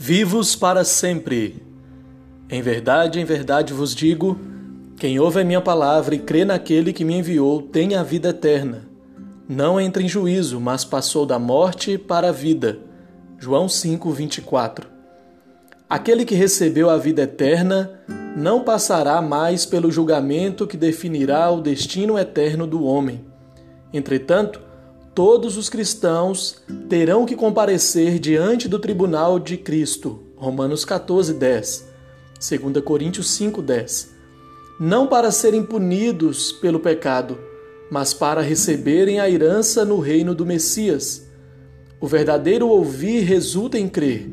Vivos para sempre. Em verdade vos digo, quem ouve a minha palavra e crê naquele que me enviou tem a vida eterna. Não entra em juízo, mas passou da morte para a vida. João 5:24. Aquele que recebeu a vida eterna não passará mais pelo julgamento que definirá o destino eterno do homem. Entretanto, todos os cristãos terão que comparecer diante do tribunal de Cristo. Romanos 14:10. 2 Coríntios 5:10. Não para serem punidos pelo pecado, mas para receberem a herança no reino do Messias. O verdadeiro ouvir resulta em crer.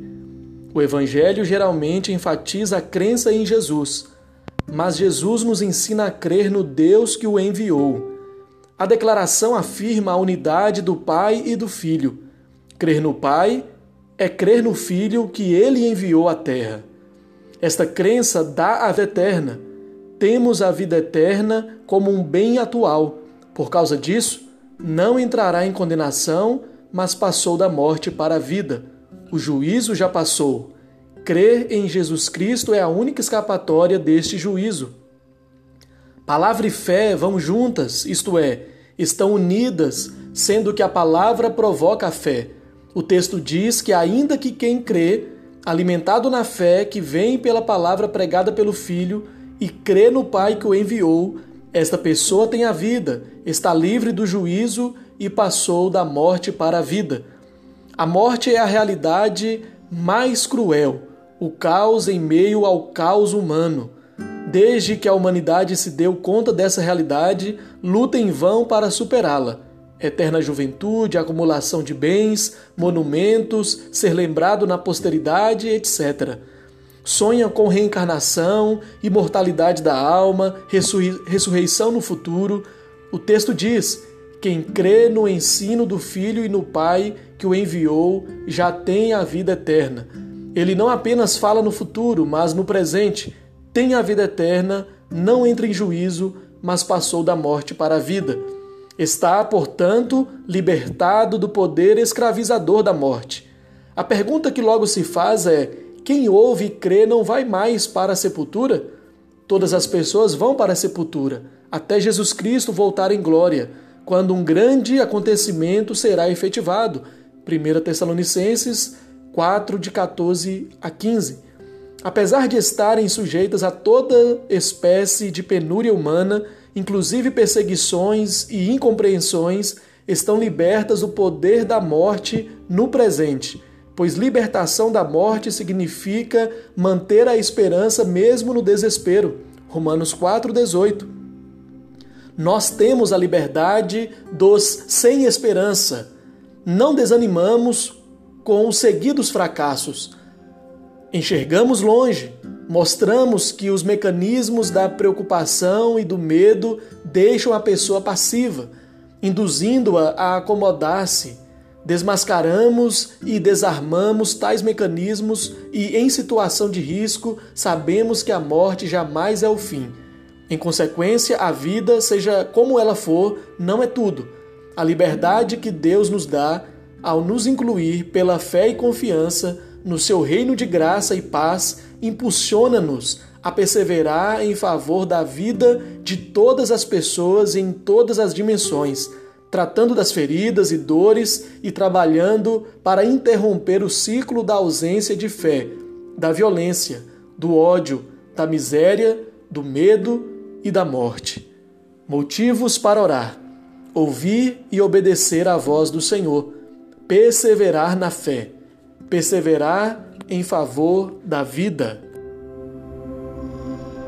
O Evangelho geralmente enfatiza a crença em Jesus, mas Jesus nos ensina a crer no Deus que o enviou. A declaração afirma a unidade do Pai e do Filho. Crer no Pai é crer no Filho que Ele enviou à terra. Esta crença dá a vida eterna. Temos a vida eterna como um bem atual. Por causa disso, não entrará em condenação, mas passou da morte para a vida. O juízo já passou. Crer em Jesus Cristo é a única escapatória deste juízo. Palavra e fé vão juntas, isto é, estão unidas, sendo que a palavra provoca a fé. O texto diz que ainda que quem crê, alimentado na fé que vem pela palavra pregada pelo Filho e crê no Pai que o enviou, esta pessoa tem a vida, está livre do juízo e passou da morte para a vida. A morte é a realidade mais cruel, o caos em meio ao caos humano. Desde que a humanidade se deu conta dessa realidade, luta em vão para superá-la. Eterna juventude, acumulação de bens, monumentos, ser lembrado na posteridade, etc. Sonha com reencarnação, imortalidade da alma, ressurreição no futuro. O texto diz: quem crê no ensino do Filho e no Pai que o enviou já tem a vida eterna. Ele não apenas fala no futuro, mas no presente. Tem a vida eterna, não entra em juízo, mas passou da morte para a vida. Está, portanto, libertado do poder escravizador da morte. A pergunta que logo se faz é: quem ouve e crê não vai mais para a sepultura? Todas as pessoas vão para a sepultura, até Jesus Cristo voltar em glória, quando um grande acontecimento será efetivado. 1 Tessalonicenses 4, de 14 a 15. Apesar de estarem sujeitas a toda espécie de penúria humana, inclusive perseguições e incompreensões, estão libertas do poder da morte no presente, pois libertação da morte significa manter a esperança mesmo no desespero. Romanos 4:18. Nós temos a liberdade dos sem esperança. Não desanimamos com os seguidos fracassos. Enxergamos longe, mostramos que os mecanismos da preocupação e do medo deixam a pessoa passiva, induzindo-a a acomodar-se. Desmascaramos e desarmamos tais mecanismos e, em situação de risco, sabemos que a morte jamais é o fim. Em consequência, a vida, seja como ela for, não é tudo. A liberdade que Deus nos dá, ao nos incluir pela fé e confiança no seu reino de graça e paz, impulsiona-nos a perseverar em favor da vida de todas as pessoas em todas as dimensões, tratando das feridas e dores e trabalhando para interromper o ciclo da ausência de fé, da violência, do ódio, da miséria, do medo e da morte. Motivos para orar: ouvir e obedecer à voz do Senhor, perseverar na fé, perseverar em favor da vida.